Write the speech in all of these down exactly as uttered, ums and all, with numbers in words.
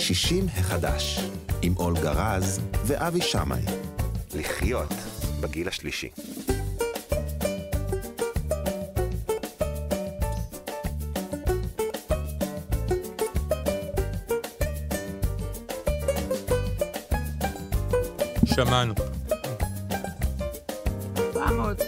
שישים החדש, עם אולגה רז ואבי שמאי. לחיות בגיל השלישי. שמענו. פעמות.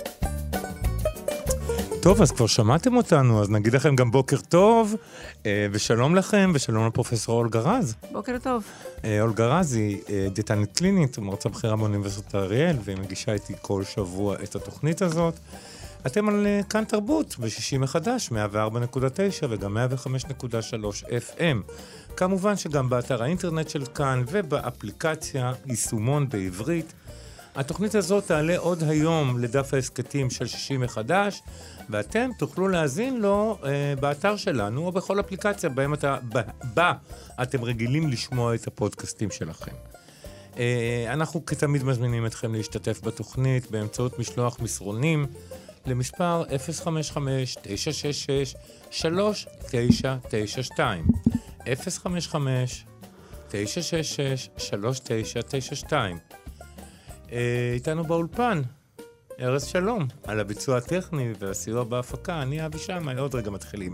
טוב, אז כבר שמעתם אותנו, אז נגיד לכם גם בוקר טוב, ושלום לכם, ושלום לפרופסור אולגה רז. בוקר טוב. אולגה רז היא דיאטנית קלינית, מרצה בכירה באוניברסיטת אריאל, והיא מגישה איתי כל שבוע את התוכנית הזאת. אתם על כאן תרבות, ב-שישים מחדש, מאה וארבע נקודה תשע וגם מאה וחמש נקודה שלוש אף אם. כמובן שגם באתר האינטרנט של כאן ובאפליקציה יישומון בעברית. התוכנית הזאת תעלה עוד היום לדף העסקתים של שישים מחדש, ואתם תוכלו להזין לו אה, באתר שלנו או בכל אפליקציה בהם אתה, בה אתם רגילים לשמוע את הפודקאסטים שלכם. אה, אנחנו כתמיד מזמינים אתכם להשתתף בתוכנית באמצעות משלוח מסרונים למספר אפס חמש חמש תשע שש שש שלוש תשע תשע שתיים אפס חמש חמש תשע שש שש שלוש תשע תשע שתיים. איתנו באולפן, ארז שלום, על הביצוע הטכני והסיוע בהפקה. אני אבי שמאי, עוד רגע מתחילים.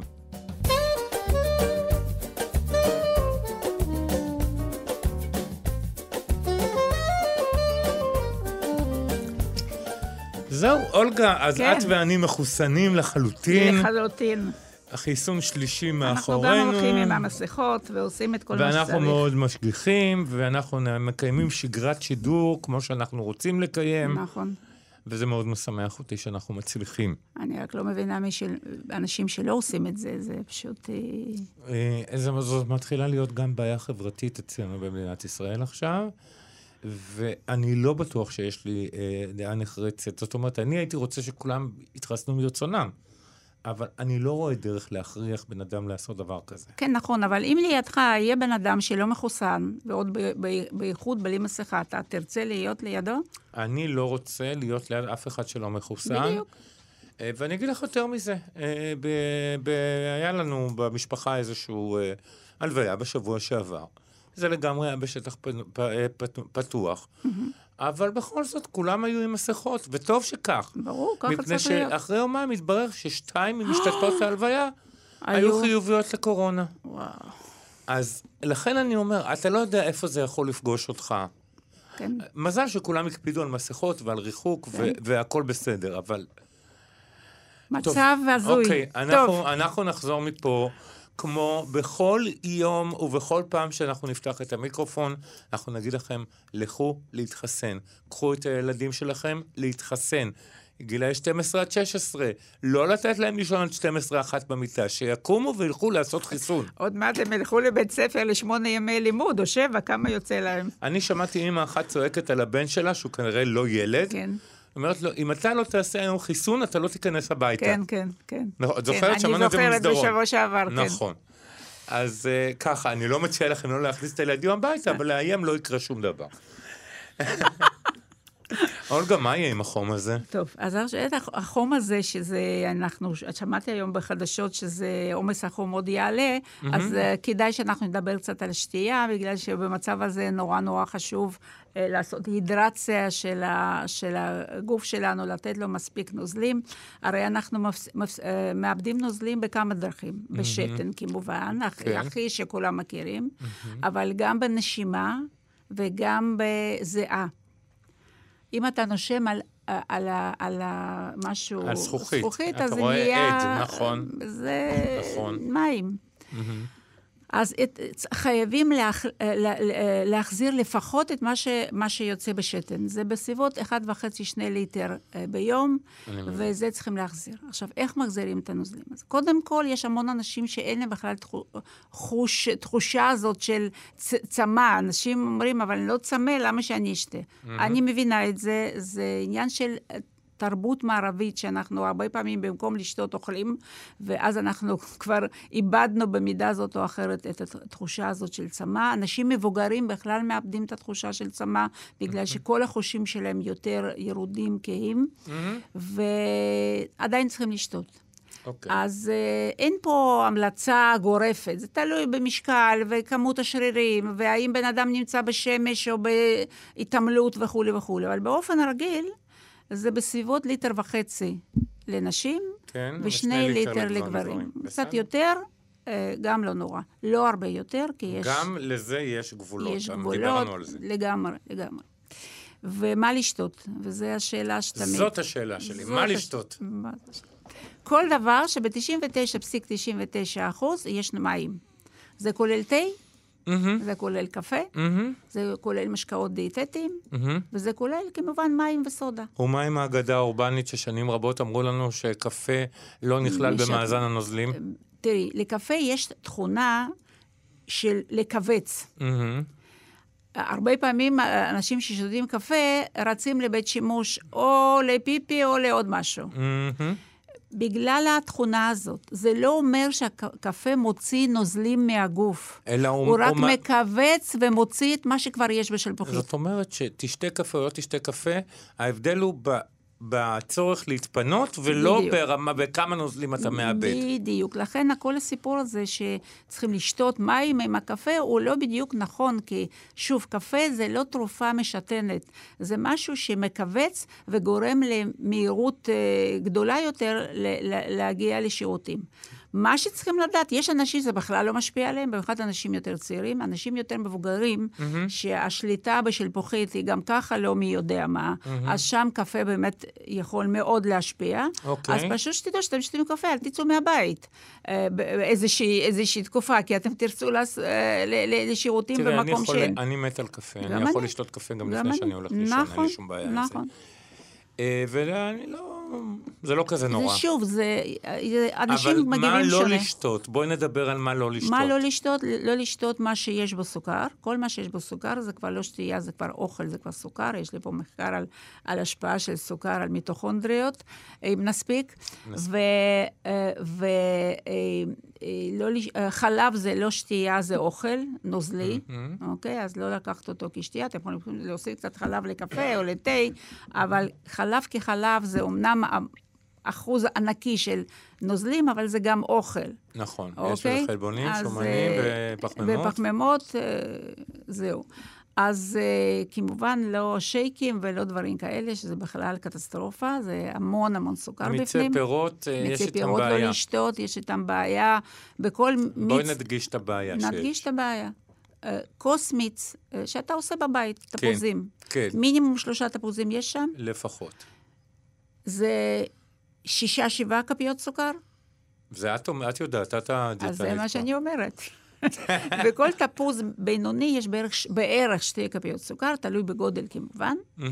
זהו, אולגה, אז כן. את ואני מחוסנים לחלוטין. לחלוטין. החיסון שלישי מאחורינו. אנחנו גם הולכים עם המסכות ועושים את כל מה שצריך. ואנחנו מאוד משגיחים, ואנחנו מקיימים שגרת שידור כמו שאנחנו רוצים לקיים. נכון. וזה מאוד משמח אותי שאנחנו מצליחים. אני רק לא מבינה אנשים שלא עושים את זה, זה פשוט... זאת מתחילה להיות גם בעיה חברתית אצלנו במדינת ישראל עכשיו, ואני לא בטוח שיש לי דעה נחרצת. זאת אומרת, אני הייתי רוצה שכולם יתחסנו מרצונם. אבל אני לא רואה דרך להכריח בן אדם לעשות דבר כזה. כן, נכון, אבל אם לידך יהיה בן אדם שלא מחוסן, ועוד בייחוד בלי מסכה, אתה תרצה להיות לידו? אני לא רוצה להיות ליד אף אחד שלא מחוסן. בדיוק. ואני אגיד לך יותר מזה. היה לנו במשפחה איזשהו הלוויה בשבוע שעבר. זה לגמרי היה בשטח פתוח. אבל בכל זאת, כולם היו עם מסכות, וטוב שכך. ברור, ככה צריך להיות. מפני שאחרי יומיים מתברר ששתיים ממשתתפות ההלוויה היו חיוביות לקורונה. וואו. אז לכן אני אומר, אתה לא יודע איפה זה יכול לפגוש אותך. כן. מזל שכולם הקפידו על מסכות ועל ריחוק, והכל בסדר, אבל... מצב הזוי. אוקיי, אנחנו נחזור מפה. כמו בכל יום ובכל פעם שאנחנו נפתח את המיקרופון, אנחנו נגיד לכם, לכו להתחסן. קחו את הילדים שלכם להתחסן. גילאי שתים עשרה עד שש עשרה. לא לתת להם לישון עד שתים עשרה אחת במיטה. שיקומו וילכו לעשות חיסון. עוד מעט הם ילכו לבית ספר לשמונה ימי לימוד, או שבע, כמה יוצא להם? אני שמעתי אמא אחת צועקת על הבן שלה, שהוא כנראה לא ילד. כן. אומרת לו, אם אתה לא תעשה היום חיסון, אתה לא תיכנס הביתה. כן, כן, כן. את זוכרת? שמענו את זה במסדרון. אני זוכרת בשבוע שעבר, כן. נכון. אז ככה, אני לא מציע לכם לא להכניס את הילדים הביתה, אבל לאיים לא יקרה שום דבר. אולגה, מה יהיה עם החום הזה? טוב, אז החום הזה, שזה, אנחנו, שמעתי היום בחדשות שזה עומס החום עוד יעלה, אז כדאי שאנחנו נדבר קצת על שתייה, בגלל שבמצב הזה נורא נורא חשוב לעשות הידרציה של, ה, של הגוף שלנו, לתת לו מספיק נוזלים. הרי אנחנו מפס, מפס, מאבדים נוזלים בכמה דרכים. Mm-hmm. בשתן כמובן, okay. הכי שכולם מכירים, mm-hmm. אבל גם בנשימה וגם בזיעה. אם אתה נושם על, על, על, על משהו... על זכוכית. זכוכית, אתה אז רואה נהיה... עד, נכון. זה נכון. מים. Mm-hmm. אז את, חייבים להח, להחזיר לפחות את מה, ש, מה שיוצא בשתן. זה בסביבות אחד וחצי שני ליטר ביום, וזה צריכים להחזיר. עכשיו, איך מחזירים את הנוזלים? אז קודם כל, יש המון אנשים שאין להם בכלל תחוש, תחושה הזאת של צ, צמא. אנשים אומרים, אבל אני לא צמא, למה שאני אשתה? אני מבינה את זה, זה עניין של... תרבות מערבית שאנחנו הרבה פעמים במקום לשתות אוכלים, ואז אנחנו כבר איבדנו במידה הזאת או אחרת את התחושה הזאת של צמא. אנשים מבוגרים בכלל מאבדים את התחושה של צמא, בגלל שכל החושים שלהם יותר ירודים כהים, ועדיין צריכים לשתות. אוקיי. אז אה, אין פה המלצה גורפת, זה תלוי במשקל וכמות השרירים, והאם בן אדם נמצא בשמש או בהתעמלות וכו' וכו', אבל באופן הרגיל, זה בסביבות ליטר וחצי לנשים, כן, ושני ליטר לגברים. קצת יותר, גם לא נורא. לא הרבה יותר, כי יש... גם לזה יש גבולות. יש גבולות, לגמרי, לגמרי. ומה לשתות? וזו השאלה שתמיד... זאת השאלה שלי, מה לשתות? כל דבר שב-תשעים ותשע נקודה תשעים ותשע אחוז יש מים. זה כולל תה, זה כולל קפה, זה כולל משקאות דיאטטיים, וזה כולל כמובן מים וסודה. ומה עם האגדה האורבנית ששנים רבות אמרו לנו שקפה לא נכלל במאזן הנוזלים? תראי, לקפה יש תכונה של לקבץ. הרבה פעמים אנשים ששותים קפה רצים לבית שימוש או לפיפי או לעוד משהו. בגלל התכונה הזאת. זה לא אומר שהקפה מוציא נוזלים מהגוף. אלא הוא, הוא רק הוא מקבץ ומוציא את מה שכבר יש בשלפוחית. זאת אומרת שתשתה קפה או לא תשתה קפה, ההבדל הוא ב... בצורך להתפנות, ולא ברמה, בכמה נוזלים אתה מאבד. בדיוק. לכן כל הסיפור הזה שצריכים לשתות מים עם הקפה, הוא לא בדיוק נכון, כי שוב, קפה זה לא תרופה משתנת. זה משהו שמקבץ וגורם למהירות גדולה יותר להגיע לשירותים. מה שצריכים לדעת, יש אנשים שזה בכלל לא משפיע עליהם, במיוחד אנשים יותר צעירים, אנשים יותר מבוגרים, mm-hmm. שהשליטה בשלפוחית היא גם ככה לא מי יודע מה, mm-hmm. אז שם קפה באמת יכול מאוד להשפיע, okay. אז פשוט שתדעו שאתם שתים קפה, אל תצאו מהבית, באיזושהי, איזושהי תקופה, כי אתם תרצו לס, לשירותים תראה, במקום אני שאין. אני מת על קפה, אני יכול אני. לשתות קפה גם, גם לפני אני. שאני הולך לישון, נכון, אין לי שום בעיה נכון. עם זה. ואני לא... זה לא כזה נורא. זה שוב, זה... אנשים מגיבים שונה. אבל מה לא לשתות? בואי נדבר על מה לא לשתות. מה לא לשתות? לא לשתות מה שיש בו סוכר. כל מה שיש בו סוכר זה כבר לא שתייה, זה כבר אוכל, זה כבר סוכר. יש לי פה מחקר על, על השפעה של סוכר על מיטוכונדריות, אם נספיק. נספיק. ו... לא, חלב זה לא שתייה, זה אוכל, נוזלי, mm-hmm. אוקיי? אז לא לקחת אותו כשתייה, אתם יכולים להוסיף קצת חלב לקפה או לתה, אבל חלב כחלב זה אומנם אחוז ענקי של נוזלים, אבל זה גם אוכל. נכון, אוקיי? יש בזה חלבונים, שומנים ופחמימות. ופחמימות, זהו. אז uh, כמובן לא שייקים ולא דברים כאלה, שזה בכלל קטסטרופה, זה המון המון סוכר בפנים. מיצי פירות, יש איתם בעיה. מיצי פירות לא לשתות, יש איתם בעיה. בכל בואי מיץ... נדגיש את הבעיה שיש. נדגיש את הבעיה. Uh, כוס מיץ, uh, שאתה עושה בבית, תפוזים. כן, כן. מינימום שלושה תפוזים יש שם. לפחות. זה שישה, שבעה כפיות סוכר. זה את, את יודעת, את הדיאטנית. אז זה מה שאני אומרת. בכל תפוז בינוני יש בערך, בערך שתי כפיות סוכר, תלוי בגודל כמובן.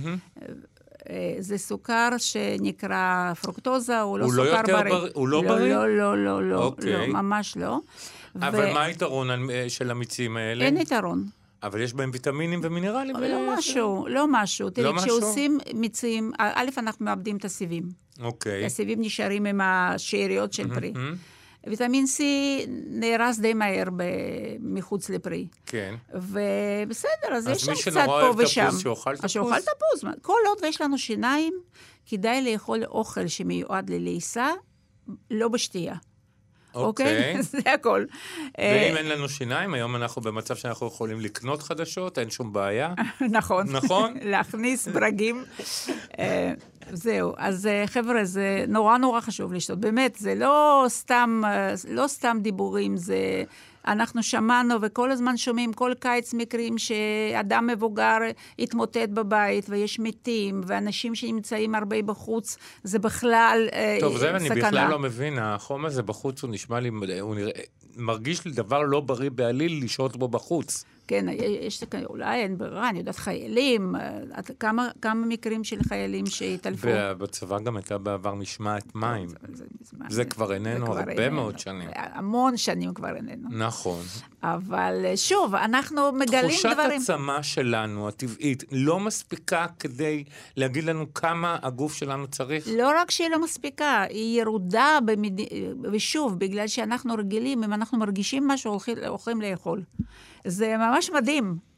זה סוכר שנקרא פרוקטוזה, הוא לא סוכר בריא. הוא לא בריא? לא, לא, לא, לא, לא, ממש לא. אבל מה היתרון של המיצים האלה? אין יתרון. אבל יש בהם ויטמינים ומינרלים. לא משהו, לא משהו. תראי, כשעושים מיצים, א', אנחנו מאבדים את הסיבים. אוקיי. הסיבים נשארים עם השאריות של פרי. ויטמין C נהרס די מהר מחוץ לפרי. כן. ובסדר, אז יש שם קצת פה ושם. אז מי שנורא אוהב תפוז, שיאכל תפוז? שיאכל תפוז. כל עוד ויש לנו שיניים, כדאי לאכול אוכל שמיועד ללעיסה, לא בשתייה. אוקיי? זה הכל. ואם אין לנו שיניים, היום אנחנו במצב שאנחנו יכולים לקנות חדשות, אין שום בעיה. נכון. נכון? להכניס ברגים. זהו, אז חבר'ה, זה נורא נורא חשוב לשתות. באמת, זה לא סתם, לא סתם דיבורים, זה... אנחנו שמענו וכל הזמן שומעים כל קיץ מקרים שאדם מבוגר התמוטט בבית ויש מתים ואנשים שנמצאים הרבה בחוץ, זה בכלל סכנה. טוב, זה אני בכלל לא מבין, החום הזה בחוץ הוא נשמע לי, הוא נראה, מרגיש לי דבר לא בריא בעליל לשהות בו בחוץ. כן, יש אולי אין ברירה, אני יודעת חיילים, כמה, כמה מקרים של חיילים שהתעלפו. בצבא גם הייתה בעבר משמעת מים. זה, זה, זה, זה כבר איננו, הרבה איננו. מאוד שנים. המון שנים כבר איננו. נכון. אבל שוב, אנחנו מגלים תחושת דברים. תחושת עצמה שלנו, הטבעית, לא מספיקה כדי להגיד לנו כמה הגוף שלנו צריך? לא רק שהיא לא מספיקה, היא ירודה, במד... ושוב, בגלל שאנחנו רגילים, אם אנחנו מרגישים משהו, הולכים לאכול. זה ממש מדהים.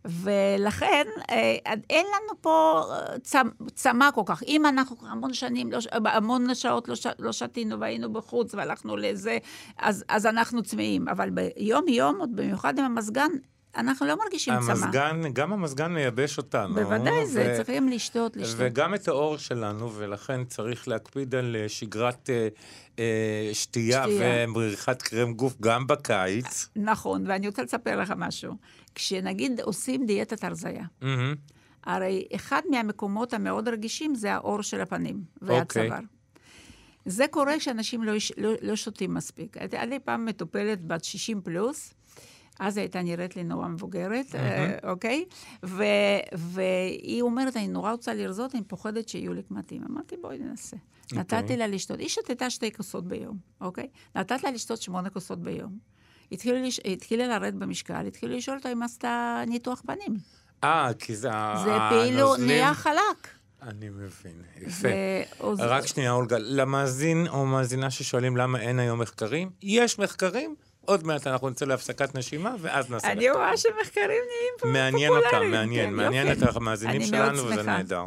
ולכן אין לנו פה צמא כל כך. אם אנחנו המון שנים, המון שעות לא שתינו והיינו בחוץ והלכנו לזה, אז אנחנו צמאים. אבל ביום יום, עוד במיוחד עם המזגן, אנחנו לא מרגישים צמא. המזגן, גם המזגן מייבש אותנו. בוודאי, זה צריכים לשתות, לשתות. וגם את האור שלנו, ולכן צריך להקפיד על שגרת שתייה ומריחת קרם גוף גם בקיץ. נכון, ואני רוצה לספר לך משהו. כשנגיד עושים דיאטת הרזיה, הרי אחד מהמקומות המאוד רגישים זה האור של הפנים והצוואר. זה קורה כשאנשים לא שותים מספיק. אני פעם מטופלת בת שישים פלוס, אז הייתה נראית לי נורא מבוגרת, אוקיי? והיא אומרת, אני נורא רוצה לרזות, אני פוחדת שיהיו לי קמטים. אמרתי, בואי ננסה. נתתי לה לשתות. היא שתתה שתי כוסות ביום, אוקיי? נתת לה לשתות שמונה כוסות ביום. התחילה לרדת במשקל, התחילו לשאול אותה אם עשתה ניתוח פנים. אה, כי זה הנוזלים. זה פעילו נהיה חלק. אני מבין, יפה. רק שנייה, אולגה, למאזין או מאזינה ששואלים למה אין היום מחקרים, יש מחקרים, עוד מעט אנחנו נצא להפסקת נשימה, ואז נעשה מחקרים. אני רואה שמחקרים נהיים פה פופולריים. מעניין אותם, מעניין, מעניין את המאזינים שלנו, וזה נהדר.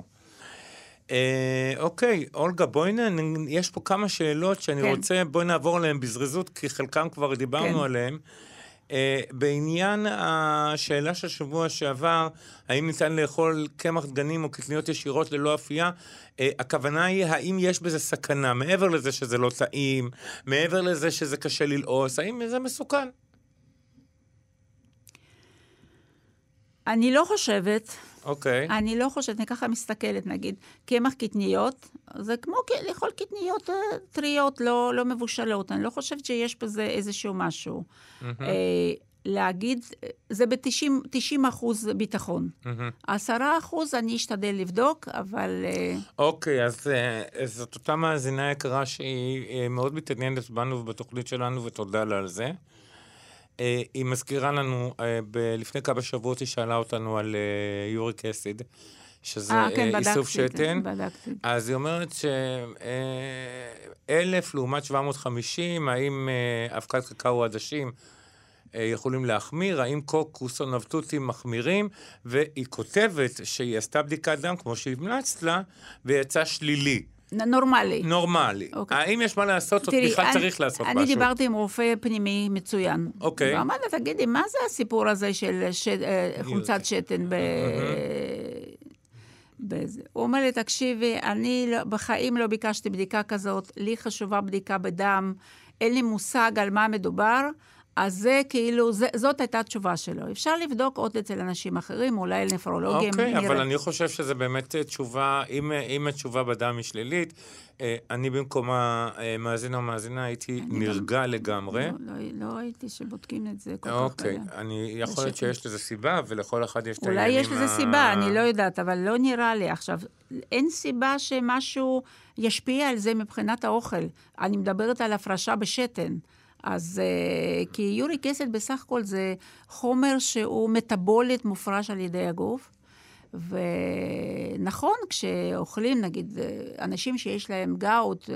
אוקיי, אולגה, בואי נ... יש פה כמה שאלות שאני רוצה, בואי נעבור עליהן בזריזות, כי חלקם כבר דיברנו עליהן. בעניין השאלה של שבוע שעבר, האם ניתן לאכול קמח דגנים או קטניות ישירות ללא אפייה, הכוונה היא, האם יש בזה סכנה, מעבר לזה שזה לא טעים, מעבר לזה שזה קשה ללעוס, האם זה מסוכן? אני לא חושבת. אוקיי. אני לא חושבת, אני ככה מסתכלת, נגיד, קמח קטניות, זה כמו לאכול קטניות טריות, לא, לא מבושלות. אני לא חושבת שיש בזה איזשהו משהו. Mm-hmm. אה, להגיד, זה ב-תשעים אחוז ביטחון. עשרה אחוז אני אשתדל לבדוק, אבל... אוקיי, אז זאת אותה מאזינה יקרה שהיא מאוד מתעניינת בנו ובתוכנית שלנו, ותודה לה על זה. היא מזכירה לנו, לפני כמה שבועות היא שאלה אותנו על יוריק אסיד, שזה איסוף שתן. אז היא אומרת שאלף לעומת שבע מאות וחמישים, האם אבקת קקאו עדשים יכולים להחמיר, האם קוקוס או נבטותים מחמירים, והיא כותבת שהיא עשתה בדיקת דם כמו שהמלצת לה, ויצא שלילי. נורמלי. נורמלי. האם יש מה לעשות, או בכלל צריך לעשות משהו? אני דיברתי עם רופא פנימי מצוין. אוקיי. ואמרת, תגידי, מה זה הסיפור הזה של חומצת שתן בזה? הוא אומר לי, תקשיבי, אני בחיים לא ביקשתי בדיקה כזאת, לי חשובה בדיקה בדם, אין לי מושג על מה מדובר, אז זה כאילו, זה, זאת הייתה התשובה שלו. אפשר לבדוק עוד אצל אנשים אחרים, אולי נפרולוגים. אוקיי, נראה... אבל אני חושב שזה באמת תשובה, אם, אם התשובה בדם היא שלילית, אני במקום המאזין או המאזינה הייתי נרגע לא, לגמרי. לא, לא, לא הייתי שבודקים את זה כל אוקיי, כך. אני יכול להיות שיש לזה סיבה, ולכל אחד יש את העניינים. אולי יש לזה ה... סיבה, אני לא יודעת, אבל לא נראה לי. עכשיו, אין סיבה שמשהו ישפיע על זה מבחינת האוכל. אני מדברת על הפרשה בשתן. אז כי יוריק אסיד בסך הכל זה חומר שהוא מטאבולית מופרש על ידי הגוף, ונכון, כשאוכלים, נגיד, אנשים שיש להם גאוט,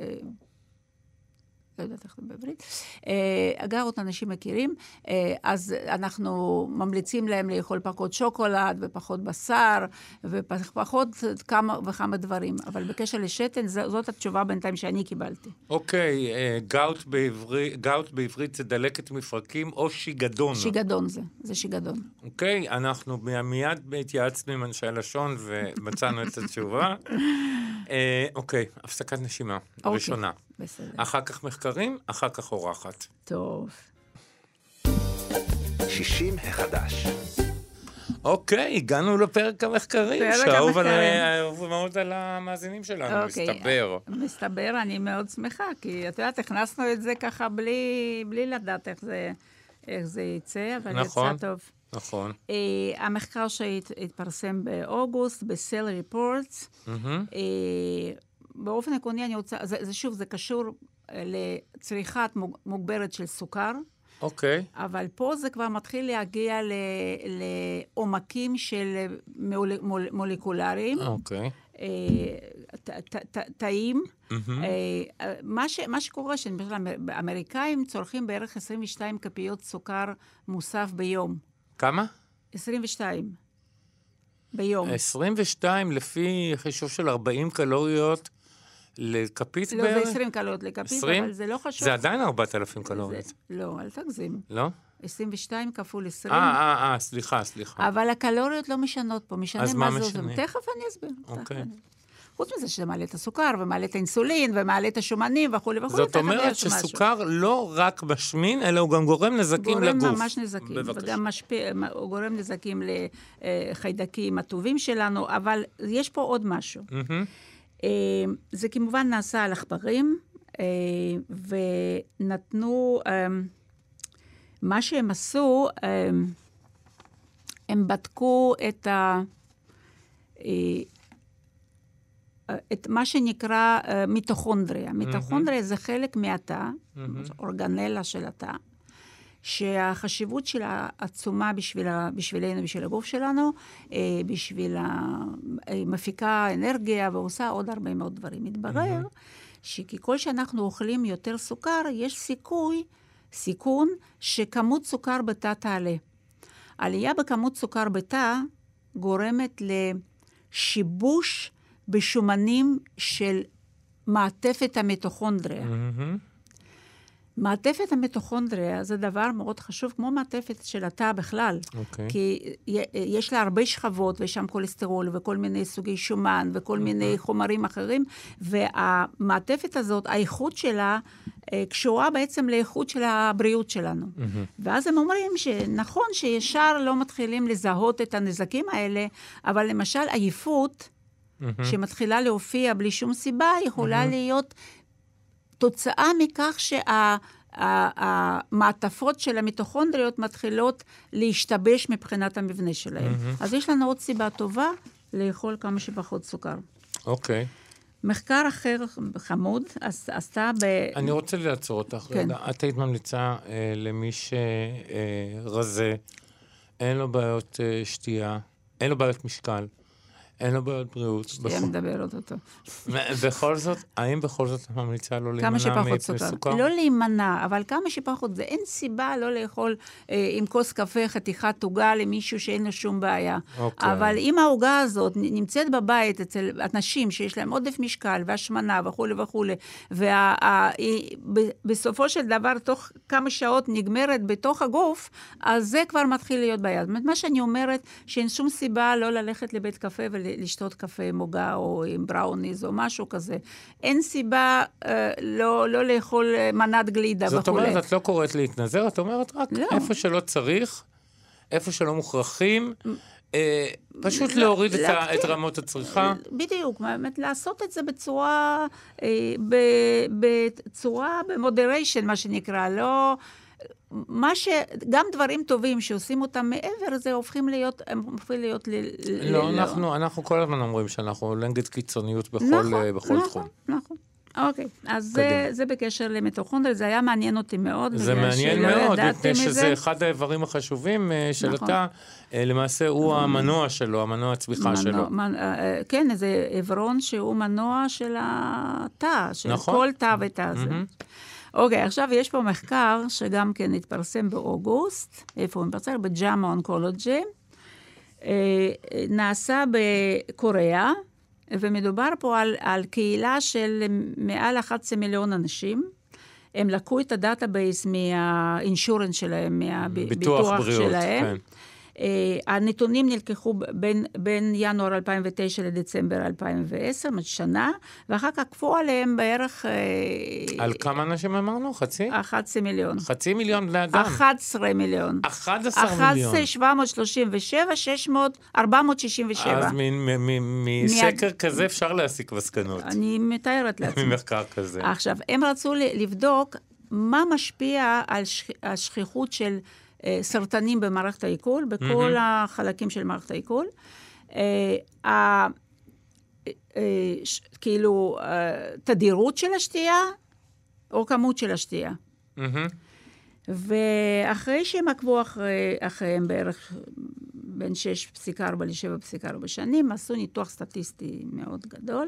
לא יודעת איך זה בעברית, הגאוט אנשים מכירים, אז אנחנו ממליצים להם לאכול פחות שוקולד ופחות בשר, ופחות כמה וכמה דברים. אבל בקשר לשתן, זאת התשובה בינתיים שאני קיבלתי. אוקיי, גאוט בעברית, גאוט בעברית זה דלקת מפרקים או שיגדון? שיגדון זה, זה שיגדון. אוקיי, אנחנו מיד התייעצנו עם אנשי הלשון ומצאנו את התשובה. אוקיי, הפסקת נשימה, ראשונה. בסדר. אחר כך מחקרים, אחר כך אורחת. טוב. שישים החדש. אוקיי, הגענו לפרק המחקרים. פרק המחקרים. שאהוב מאוד על המאזינים שלנו, אוקיי, מסתבר. מסתבר, אני מאוד שמחה, כי את יודעת, הכנסנו את זה ככה בלי, בלי לדעת איך זה, איך זה יצא, אבל נכון, יצא טוב. נכון. Uh, המחקר שהתפרסם באוגוסט, בסל ריפורטס, mm-hmm. uh, באופן עקרוני אני רוצה, זה, זה שוב, זה קשור לצריכת מוגברת של סוכר. אוקיי. Okay. אבל פה זה כבר מתחיל להגיע לעומקים של מול, מול, מולקולריים. אוקיי. Okay. תאים. Mm-hmm. Uh, מה, ש, מה שקורה, האמריקאים צורכים בערך עשרים ושתיים כפיות סוכר מוסף ביום. כמה? עשרים ושתיים ביום. עשרים ושתיים לפי חישוב של ארבעים קלוריות לכפית לא, בערך? זה עשרים קלוריות לכפית, עשרים? אבל זה לא חשוב. זה עדיין ארבעת אלפים קלוריות. זה, לא, אל תגזים. לא? עשרים ושתיים כפול עשרים. אה, אה, אה, סליחה, סליחה. אבל הקלוריות לא משנות פה, משנה אז מה מה זה משנה? עושה. תכף אני אסביר. אוקיי. חוץ מזה שזה מעלה את הסוכר, ומעלה את האינסולין, ומעלה את השומנים, וכו' וכו'. זאת אומרת שסוכר לא רק משמין, אלא הוא גם גורם נזקים לגוף. גורם ממש נזקים. וגם משפיע, הוא גורם נזקים לחיידקים הטובים שלנו, אבל יש פה עוד משהו. זה כמובן נעשה על עכברים, ונתנו, מה שהם עשו, הם בדקו את ה... את מה שנקרא מיטוכונדריה. מיטוכונדריה זה חלק מהתא, אורגנלה של התא, שהחשיבות שלה עצומה בשבילנו, בשביל הגוף שלנו, בשביל מפיקה אנרגיה ועושה עוד הרבה מאוד דברים. מתברר שככל שאנחנו אוכלים יותר סוכר, יש סיכוי, סיכון, שכמות סוכר בתא תעלה. עלייה בכמות סוכר בתא גורמת לשיבוש בשומנים של מעטפת המיטוכונדריה. מעטפת המיטוכונדריה זה דבר מאוד חשוב, כמו מעטפת של התא בכלל. כי יש לה הרבה שכבות, ויש שם כולסטרול, וכל מיני סוגי שומן, וכל מיני חומרים אחרים, והמעטפת הזאת, האיכות שלה, קשורה בעצם לאיכות של הבריאות שלנו. ואז הם אומרים שנכון שישר לא מתחילים לזהות את הנזקים האלה, אבל למשל עייפות, שמתחילה להופיע בלי שום סיבה, יכולה להיות תוצאה מכך שהמעטפות של המיטוכונדריות מתחילות להשתבש מבחינת המבנה שלהם. אז יש לנו עוד סיבה טובה לאכול כמה שפחות סוכר. אוקיי. מחקר אחר חמוד, עשתה ב... אני רוצה לעצור אותך. את היית ממליצה למי שרזה, אין לו בעיות שתייה, אין לו בעיות משקל, אין לו בעיות בריאות. שתהיה מדברת אותו. בכל זאת, האם בכל זאת ממליצה לא להימנע מסוכר? לא להימנע, אבל כמה שפחות, זה אין סיבה לא לאכול עם כוס קפה חתיכת עוגה למישהו שאין לו שום בעיה. אבל אם העוגה הזאת נמצאת בבית אצל אנשים שיש להם עודף משקל והשמנה וכו' וכו', ובסופו של דבר תוך כמה שעות נגמרת בתוך הגוף, אז זה כבר מתחיל להיות בעיה. זאת אומרת, מה שאני אומרת, שאין שום סיבה לא ללכת לבית קפה ול לשתות קפה מוגה או עם בראוניז או משהו כזה. אין סיבה אה, לא, לא לאכול מנת גלידה וכו'. זאת אומרת, את לא קוראת להתנזר, את אומרת רק לא. איפה שלא צריך, איפה שלא מוכרחים, אה, פשוט לא, להוריד את, ה, את רמות הצריכה. בדיוק, באמת לעשות את זה בצורה, אה, ב, בצורה, במודריישן, מה שנקרא, לא... מה ש... גם דברים טובים שעושים אותם מעבר, זה הופכים להיות, הם הופכים להיות ל... לא, אנחנו, אנחנו כל הזמן אומרים שאנחנו נגד קיצוניות בכל, נכון, בכל נכון, תחום. נכון. אוקיי, אז זה, זה בקשר למיטוכונדריה, זה היה מעניין אותי מאוד. זה מעניין מאוד, מפני שזה אחד האיברים החשובים של נכון. התא, למעשה הוא המנוע שלו, המנוע הצמיחה מנוע, שלו. מנ... כן, זה עברון שהוא מנוע של התא, של נכון. כל תא ותא הזה. Mm-hmm. אוקיי, עכשיו יש פה מחקר שגם כן התפרסם באוגוסט, איפה הוא מתפרסם? בג'אמה אונקולוג'י, נעשה בקוריאה, ומדובר פה על, על קהילה של מעל אחד עשר מיליון אנשים, הם לקחו את הדאטאבייס מהאינשורנס שלהם, מהביטוח שלהם. כן. Uh, הנתונים נלקחו בין, בין ינואר אלפיים ותשע לדצמבר אלפיים ועשר, שנה, ואחר כך עקפו עליהם בערך... Uh, על כמה אנשים אמרנו? חצי? אחד עשר מיליון. חצי מיליון בני אדם? אחד עשר מיליון. אחד עשר מיליון. אחד עשר, שבע מאות שלושים ושבע, שש מאות, ארבע מאות שישים ושבע. אז מסקר כזה אפשר להסיק מסקנות. אני מתארת לעצמי. ממחקר כזה. עכשיו, הם רצו לבדוק מה משפיע על השכיחות של... סרטנים במערכת העיכול, בכל החלקים של מערכת העיכול. כאילו, תדירות של השתייה, או כמות של השתייה. ואחרי שהם עקבו אחריהם בערך בין שש נקודה ארבע ל-שבע נקודה ארבע שנים, עשו ניתוח סטטיסטי מאוד גדול,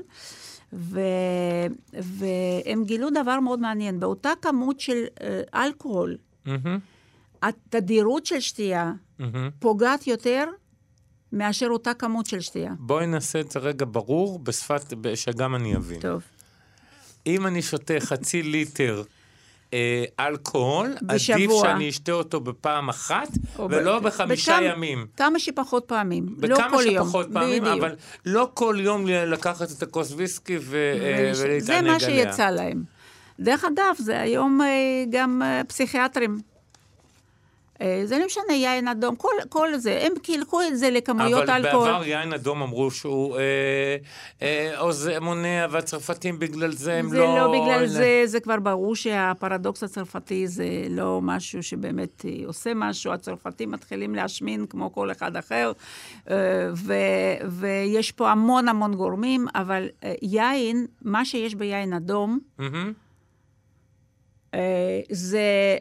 והם גילו דבר מאוד מעניין. באותה כמות של אלכוהול, התדירות של שתייה פוגעת יותר מאשר אותה כמות של שתייה. בואי נעשה את זה רגע ברור, בשפת שגם אני אבין. טוב. אם אני שותה חצי ליטר אה, אלכוהול, בשבוע. עדיף שאני אשתה אותו בפעם אחת, ולא ב- בחמישה בכמה- ימים. כמה שפחות פעמים, לא בכמה כל יום. שפחות פעמים, בדיוק. אבל לא כל יום לקחת את הכוס ויסקי ו- אה, ולש- ולהתענג זה עליה. מה שיצא להם. דרך אגב, זה היום אה, גם אה, פסיכיאטרים. אה, זה לא משנה, יין אדום, כל, כל זה, הם קילקו את זה לכמויות אבל אלכוהול. בעבר יין אדום אמרו שהוא אה, אה, עוז מונע, והצרפתים בגלל זה הם זה לא... לא בגלל זה, זה כבר ברור שהפרדוקס הצרפתי זה לא משהו שבאמת אה, עושה משהו, הצרפתים מתחילים להשמין כמו כל אחד אחר, אה, ו- ויש פה המון המון גורמים, אבל אה, יין, מה שיש ביין אדום, מהמם. אה, זה...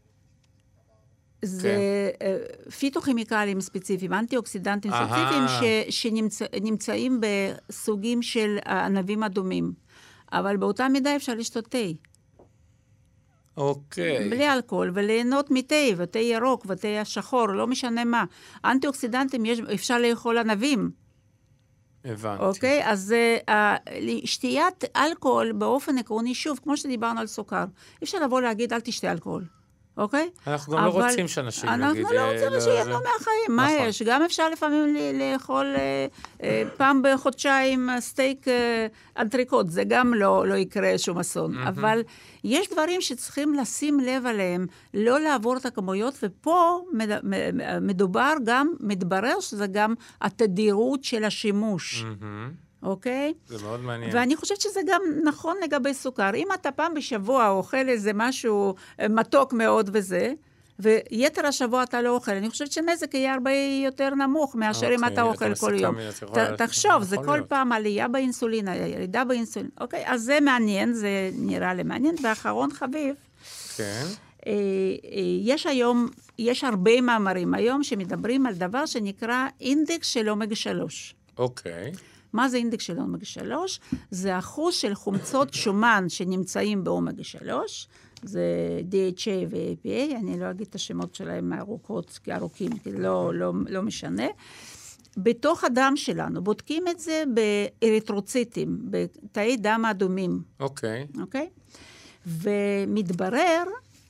זה אה, פיתוכימיקלים ספציפיים, אנטי-אוקסידנטים אהה. ספציפיים שנמצאים בסוגים של ענבים אדומים. אבל באותה מידה אפשר לשתות תה, אוקיי. בלי אלכוהול, וליהנות מתה, ותה ירוק, ותה שחור, לא משנה מה. אנטי-אוקסידנטים יש, אפשר לאכול ענבים, הבנתי. אוקיי? אז אה, שתיית אלכוהול באופן עקרוני, שוב, כמו שדיברנו על סוכר, אי אפשר לבוא להגיד, אל תשתה אלכוהול. אוקיי? אנחנו גם לא אבל רוצים שאנשים אנחנו יגיד... לא רוצים אה, שיהנו זה- מהחיים, מה נכון. יש? גם אפשר לפעמים ל- לאכול אה, אה, פעם בחודשיים אה, סטייק אה, אנטריקוט, זה גם לא, לא יקרה שום אסון. אבל יש דברים שצריכים לשים לב עליהם, לא לעבור את הכמויות, ופה מד, מ- מדובר גם, מתברר שזה גם התדירות של השימוש, מהמם. אוקיי? זה מאוד מעניין. ואני חושבת שזה גם נכון לגבי סוכר. אם אתה פעם בשבוע אוכל איזה משהו אה, מתוק מאוד וזה, ויתר השבוע אתה לא אוכל, אני חושבת שנזק יהיה הרבה יותר נמוך מאשר אם אוקיי, אתה אתה אוכל כל יום. מסוכם, את יכולה- ת- תחשוב, זה יכול כל להיות. פעם עלייה באינסולין, ירידה באינסולין. אוקיי, אז זה מעניין, זה נראה לי מעניין. ואחרון חביב, כן. אה, אה, יש היום, יש הרבה מאמרים היום שמדברים על דבר שנקרא אינדקס של אומגה שלוש. אוקיי. מה זה אינדקס של אומגה שלוש? זה אחוז של חומצות שומן שנמצאים באומגה שלוש, זה די אייץ' איי ו-איי פי איי, אני לא אגיד את השמות שלהם ארוכות, ארוכים, כי לא, לא, לא משנה. בתוך הדם שלנו, בודקים את זה באריתרוציטים, בתאי דם האדומים, אוקיי. אוקיי? ומתברר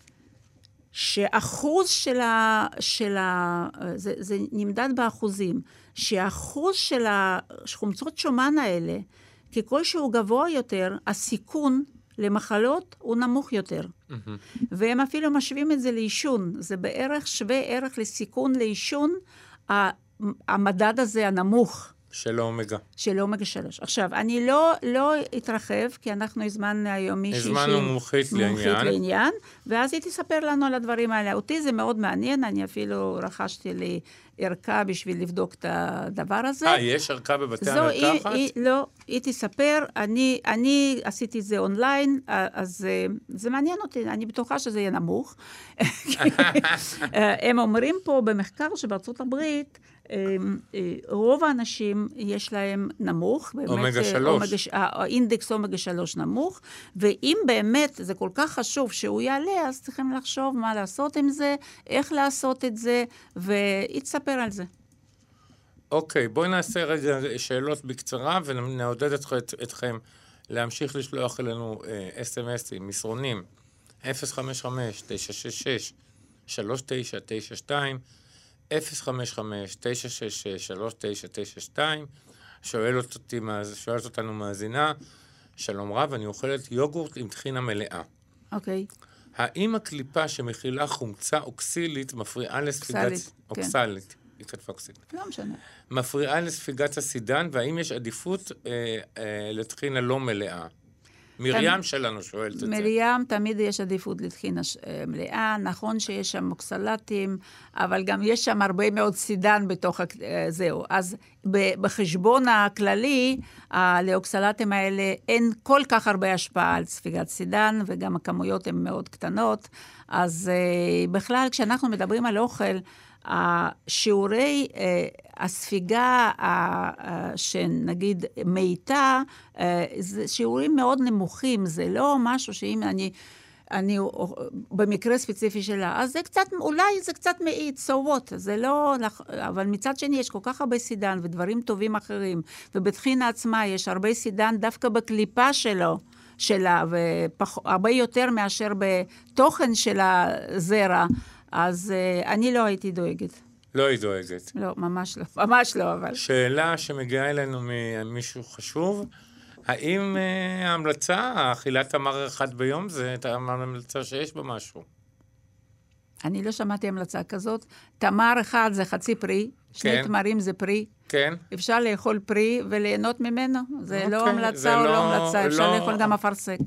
שאחוז של ה... של ה זה, זה נמדד באחוזים, שהאחוז של החומצות שומן האלה, ככל שהוא גבוה יותר, הסיכון למחלות הוא נמוך יותר. מהמם. והם אפילו משווים את זה לעישון. זה בערך שווה ערך לסיכון לעישון, ה- המדד הזה הנמוך. של אומגה. של אומגה שלוש. עכשיו, אני לא, לא אתרחב, כי אנחנו הזמנו היום מישהי הזמנו שהיא מומחית מומחית לעניין. לעניין, ואז היא תספר לנו על הדברים האלה. אותי זה מאוד מעניין, אני אפילו רכשתי לי ערכה בשביל לבדוק את הדבר הזה. אה, יש ערכה בבתי זו, היא, המרקחת? היא, לא, היא תספר, אני, אני עשיתי את זה אונליין, אז אה, זה מעניין אותי, אני בטוחה שזה יהיה נמוך. הם אומרים פה במחקר שבארצות הברית, אה, אה, רוב האנשים יש להם נמוך, באמת, אומגה אה, שלוש. אומגה ש- אה, האינדקס אומגה שלוש נמוך, ואם באמת זה כל כך חשוב שהוא יעלה, אז צריכים לחשוב מה לעשות עם זה, איך לעשות את זה, והיא תספר על זה. אוקיי, בואי נעשה רגע שאלות בקצרה, ונעודד את- אתכם להמשיך לשלוח אלינו אס אם אסים, מסרונים, אפס חמש חמש תשע שש שש שלוש תשע תשע שתיים, אפס חמש חמש תשע שש שש שלוש תשע תשע שתיים, שואלת אותי, מאז- שואלת אותנו מאזינה, שלום רב, אני אוכלת יוגורט עם טחינה מלאה. אוקיי. האם הקליפה שמכילה חומצה אוקסילית מפריעה לספיגת... אוקסלית, כן. אוקסלית, היא כתבה אוקסילית. לא משנה. מפריעה לספיגת הסידן, והאם יש עדיפות אה, אה, לטחינה לא מלאה? מרים שלנו שואלת את זה. מרים, תמיד יש עדיפות לטחינה ש- אה, מלאה, נכון שיש שם אוקסלטים, אבל גם יש שם הרבה מאוד סידן בתוך, הק- אה, זהו. אז ב- בחשבון הכללי, ה- לאוקסלטים האלה אין כל כך הרבה השפעה על ספיגת סידן, וגם הכמויות הן מאוד קטנות. אז אה, בכלל, כשאנחנו מדברים על אוכל, השיעורי אה, הספיגה ה- ה- שנגיד מיטה, אה, זה שיעורים מאוד נמוכים, זה לא משהו שאם אני אני, במקרה ספציפי שלה, אז זה קצת, אולי זה קצת מעיד, so what, זה לא, אבל מצד שני יש כל כך הרבה סידן ודברים טובים אחרים, ובתחינה עצמה יש הרבה סידן דווקא בקליפה שלו, שלה, והרבה יותר מאשר בתוכן של הזרע, אז uh, אני לא הייתי דואגת. לא היא דואגת. לא, ממש לא, ממש לא, אבל... שאלה שמגיעה אלינו ממישהו חשוב, האם uh, ההמלצה, האכילת תמר אחד ביום, זה ההמלצה שיש בה משהו? אני לא שמעתי המלצה כזאת. תמר אחד זה חצי פרי, שני כן. תמרים זה פרי. כן. אפשר לאכול פרי וליהנות ממנו. זה אוקיי, לא המלצה זה או לא, לא המלצה, אפשר לא... לאכול גם אפרסק.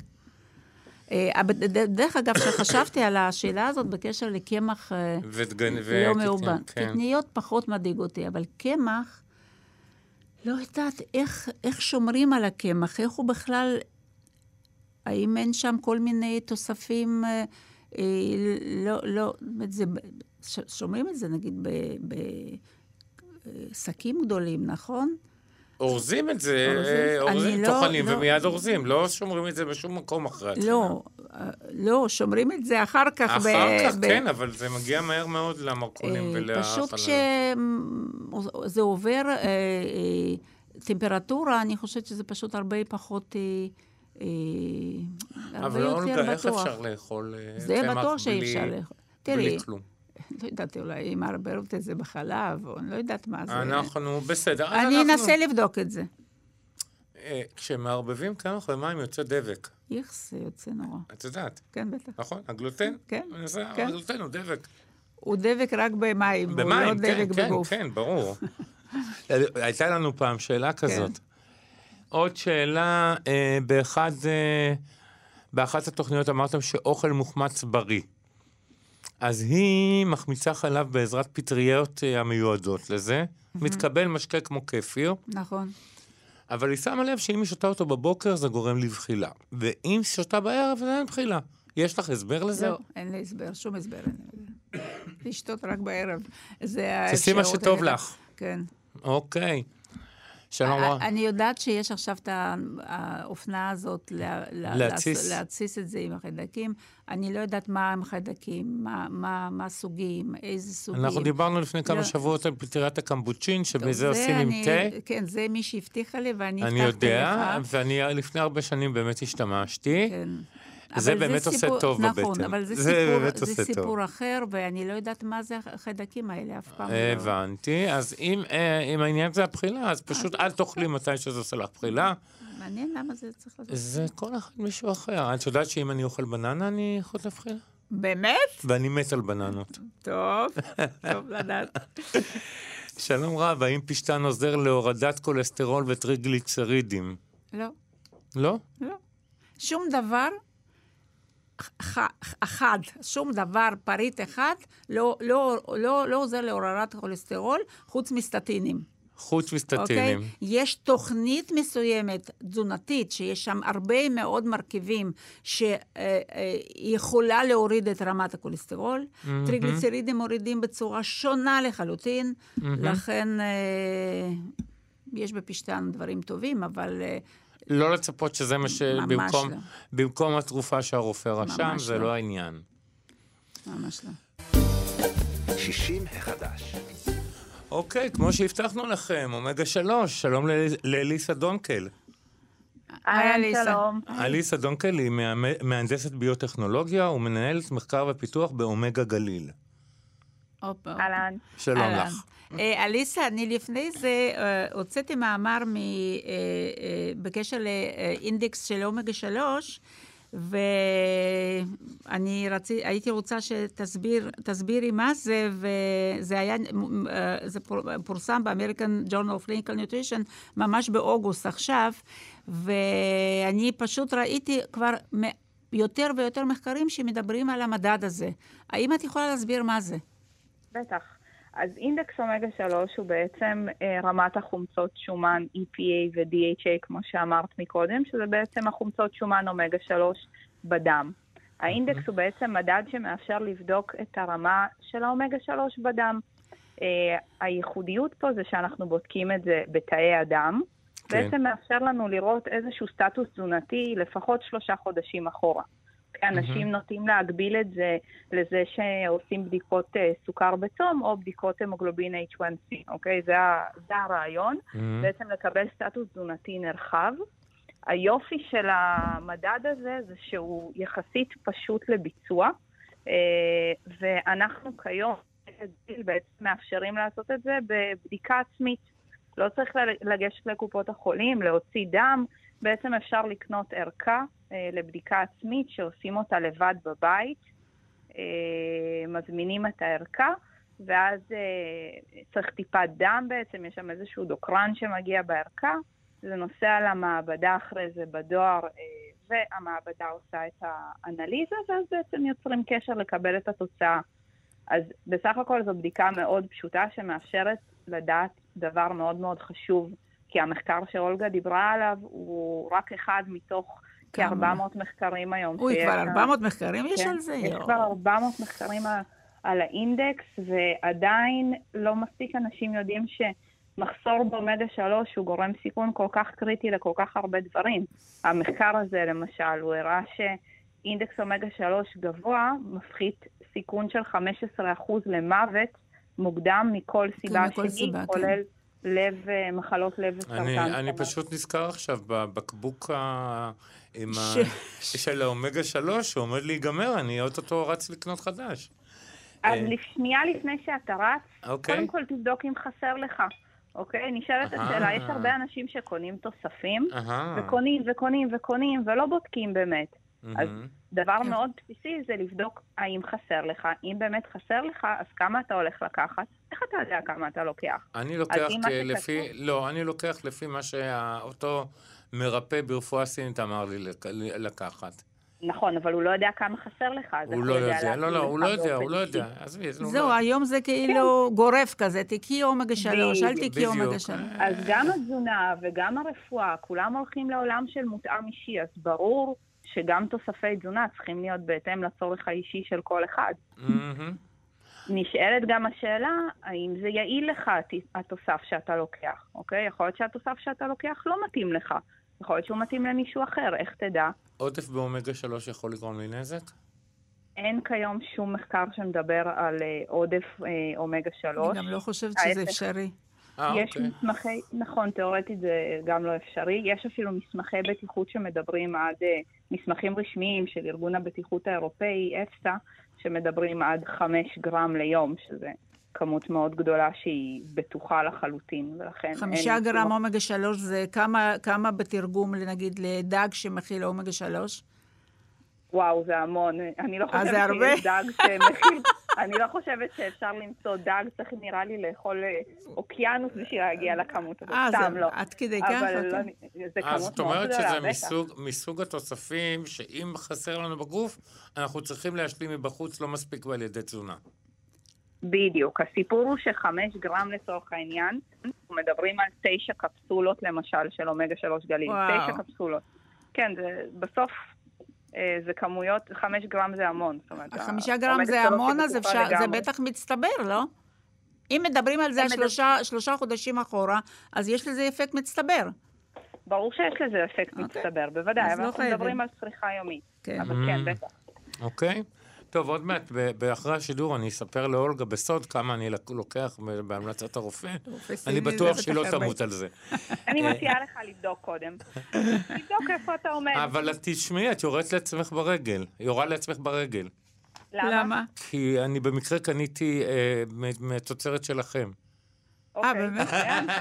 דרך אגב, שחשבתי על השאלה הזאת בקשר לקמח ודגן, לא מאובן. כן. קטניות פחות מדאיג אותי, אבל קמח, לא יודעת איך, איך שומרים על הקמח, איך הוא בכלל, האם אין שם כל מיני תוספים, אה, לא, לא, זה, שומרים את זה נגיד בשקים גדולים, נכון? אורזים את זה, אורזים, טוחנים ומיד אורזים, לא שומרים את זה בשום מקום אחרי. לא, לא, שומרים את זה אחר כך. אחר כך, כן, אבל זה מגיע מהר מאוד למרקונים ולהאכלה. פשוט כשזה עובר טמפרטורה, אני חושבת שזה פשוט הרבה פחות, אבל אולגה, איך אפשר לאכול קמח בלי כלום? לא יודעת, אולי היא מערבבת את זה בחלב, או אני לא יודעת מה זה. אנחנו, בסדר. אני אנסה לבדוק את זה. כשמערבבים קמח ומים יוצא דבק. איך זה יוצא נורא. את יודעת. כן, בטח. נכון, הגלוטן. כן. הגלוטן הוא דבק. הוא דבק רק במים, הוא לא דבק בגוף. כן, כן, ברור. הייתה לנו פעם שאלה כזאת. עוד שאלה, באחת התוכניות אמרתם שאוכל מוחמץ בריא. אז היא מחמיצה חלב בעזרת פטריות המיועדות לזה, מתקבל משקה כמו כפיר. נכון. אבל היא שמה לב שאם היא שותה אותו בבוקר, זה גורם לבחילה. ואם שותה בערב, זה אין בחילה. יש לך הסבר לזה? לא, אין לי הסבר, שום הסבר. לשתות רק בערב. תעשי מה שטוב לך. כן. אוקיי. שלום רב. אני יודעת שיש עכשיו את האופנה הזאת להציס את זה עם החיידקים. אני לא יודעת מה הם חיידקים, מה הסוגים, איזה סוגים. אנחנו דיברנו לפני כמה שבועות על פטריית הקמבוצ'ין, שבזה עושים עם תה. כן, זה מי שהבטיחה לי, ואני הבטחתי לך. אני יודע, ואני לפני הרבה שנים באמת השתמשתי. כן. זה באמת עושה טוב בבטן. נכון, אבל זה סיפור אחר, ואני לא יודעת מה זה החיידקים האלה, אף פעם לא. הבנתי, אז אם העניין זה הבחילה, אז פשוט אל תאכלי מתי שזה עושה לך בחילה. מעניין למה זה צריך לעשות. זה כל אחד מישהו אחר. את יודעת שאם אני אוכל בננה, אני חוטף בחילה? באמת? ואני מת על בננות. טוב, טוב לדעת. שלום רב, האם פשטן עוזר להורדת כולסטרול וטריגליצרידים? לא. לא? לא. שום דבר... אחד, שום דבר, פריט אחד, לא, לא, לא, לא עוזר להורדת כולסטרול, חוץ מסטטינים. חוץ מסטטינים. Okay? יש תוכנית מסוימת, תזונתית, שיש שם הרבה מאוד מרכיבים, שיכולה להוריד את רמת הכולסטרול. Mm-hmm. טריגליצרידים מורידים בצורה שונה לחלוטין, mm-hmm. לכן יש בפשטן דברים טובים, אבל... לא לצפות שזה מה שבמקום, לא. במקום התרופה שהרופא רשם, זה לא. לא העניין. ממש לא. שישים החדש. אוקיי, כמו שהבטחנו לכם, אומגה שלוש, שלום לאליסה דונקל. היי אליסה. אליסה דונקל היא מהנדסת ביוטכנולוגיה ומנהלת מחקר ופיתוח באומגה גליל. אהלן. שלום לך. אליסה, אני לפני זה הוצאתי מאמר בקשר לאינדקס של אומגה שלוש, ואני הייתי רוצה שתסבירי מה זה, וזה היה, זה פורסם באמריקן ג'ורנל אוף קליניקל ניוטרישן ממש באוגוסט עכשיו, ואני פשוט ראיתי כבר יותר ויותר מחקרים שמדברים על המדד הזה. האם את יכולה להסביר מה זה? בטח. אז אינדקס אומגה שלוש הוא בעצם אה, רמת החומצות שומן E P A ו-D H A, כמו שאמרת מקודם, שזה בעצם החומצות שומן אומגה שלוש בדם. האינדקס הוא בעצם מדד שמאפשר לבדוק את הרמה של האומגה שלוש בדם. אה, הייחודיות פה זה שאנחנו בודקים את זה בתאי הדם, כן. בעצם מאפשר לנו לראות איזשהו סטטוס תזונתי לפחות שלושה חודשים אחורה. אוקיי? אנשים נוטים להגביל את זה לזה שעושים בדיקות סוכר בצום, או בדיקות המוגלובין אייץ' וואן סי, אוקיי? זה, זה הרעיון, בעצם לקבל סטטוס תזונתי נרחב. היופי של המדד הזה זה שהוא יחסית פשוט לביצוע, ואנחנו כיום בעצם מאפשרים לעשות את זה בבדיקה עצמית. לא צריך לגשת לקופות החולים, להוציא דם, בעצם אפשר לקנות ערכה לבדיקה עצמית שעושים אותה לבד בבית, מזמינים את הערכה, ואז צריך טיפת דם בעצם, יש שם איזשהו דוקרן שמגיע בערכה, זה נוסע למעבדה אחרי זה בדואר, והמעבדה עושה את האנליזה, ואז בעצם יוצרים קשר לקבל את התוצאה. אז בסך הכל זו בדיקה מאוד פשוטה שמאפשרת לדעת דבר מאוד מאוד חשוב, כי המחקר שאולגה דיברה עליו הוא רק אחד מתוך כ-ארבע מאות מחקרים היום. אוי, כבר ארבע מאות מחקרים יש על זה? יש כבר ארבע מאות מחקרים על האינדקס, ועדיין לא מספיק אנשים יודעים שמחסור באומגה שלוש הוא גורם סיכון כל כך קריטי לכל כך הרבה דברים. המחקר הזה למשל, הוא הראה שאינדקס אומגה שלוש גבוה מפחית סיכון של חמישה עשר אחוז למוות מוקדם מכל סיבה שהיא, כולל לב, מחלות לב וסרטן. אני פשוט נזכר עכשיו בבקבוק של האומגה שלוש, שעומד להיגמר, אני אוטוטו רץ לקנות חדש. אז שנייה לפני שאתה רץ, קודם כל תבדוק אם חסר לך. אוקיי? נשאלת השאלה, יש הרבה אנשים שקונים תוספים, וקונים וקונים וקונים, ולא בודקים באמת. אז דבר מאוד בסיסי זה לבדוק האם חסר לך. אם באמת חסר לך, אז כמה אתה הולך לקחת? איך אתה יודע כמה אתה לוקח? אני לוקח לפי, לא, אני לוקח לפי מה שאותו מרפא ברפואה סינית אמר לי לקחת. נכון, אבל הוא לא יודע כמה חסר לך. הוא לא יודע, לא, לא, הוא לא יודע, הוא לא יודע. זהו, היום זה כאילו גורף כזה, תקי אומגה שלוש, אל תקי אומגה שלוש. אז גם התזונה וגם הרפואה, כולם הולכים לעולם של מותאם אישי, אז ברור שגם תוספי תזונה צריכים להיות בהתאם לצורך האישי של כל אחד. נשאלת גם השאלה, האם זה יעיל לך התוסף שאתה לוקח, אוקיי? יכול להיות שהתוסף שאתה לוקח לא מתאים לך. יכול להיות שהוא מתאים למישהו אחר, איך תדע? עודף באומגה שלוש יכול לגרום לי נזק? אין כיום שום מחקר שמדבר על עודף אומגה שלוש. אני גם לא חושבת שזה אפשרי. יש מסמכי, נכון, תיאורטית זה גם לא אפשרי. יש אפילו מסמכי בטיחות שמדברים עד, מסמכים רשמיים של ארגון הבטיחות האירופאי, אפסה, שמדברים עד חמש גרם ליום, שזה כמות מאוד גדולה שהיא בטוחה לחלוטין, ולכן... חמישה גרם אומגה שלוש זה כמה, כמה בתרגום, נגיד, לדג שמכיל אומגה שלוש? וואו, זה המון. אני לא חושבת שיש דג שמכיל... אני לא חושבת שאפשר למצוא דג, צריך נראה לי לאכול אוקיינוס בשביל להגיע לכמות הזאת. סתם לא. עד כדי כך? זה כמות מאוד גדולה. אז זאת אומרת שזה מסוג התוספים, שאם חסר לנו בגוף, אנחנו צריכים להשלים מבחוץ לא מספיק ועל ידי תזונה. בדיוק. הסיפור הוא שחמש גרם לצורך העניין, אנחנו מדברים על תשע קפסולות למשל של אומגה שלוש גליל. תשע קפסולות. כן, זה בסוף זה כמויות, חמש גרם זה המון. חמישה גרם זה המון, אז זה בטח מצטבר, לא? אם מדברים על זה שלושה חודשים אחורה, אז יש לזה אפקט מצטבר. ברור שיש לזה אפקט מצטבר, בוודאי, אבל אנחנו מדברים על צריכה יומית. אבל כן, בטח. אוקיי. טוב, עוד מעט, באחרי השידור אני אספר לאולגה בסוד כמה אני לוקח בהמלצת הרופא. אני בטוח שהיא לא תמות על זה. אני מציעה לך לבדוק קודם. לבדוק איפה אתה עומד. אבל תשמעי, את יורדת לעצמך ברגל. יורה לעצמך ברגל. למה? כי אני במקרה קניתי מתוצרת שלכם. אה, באמת?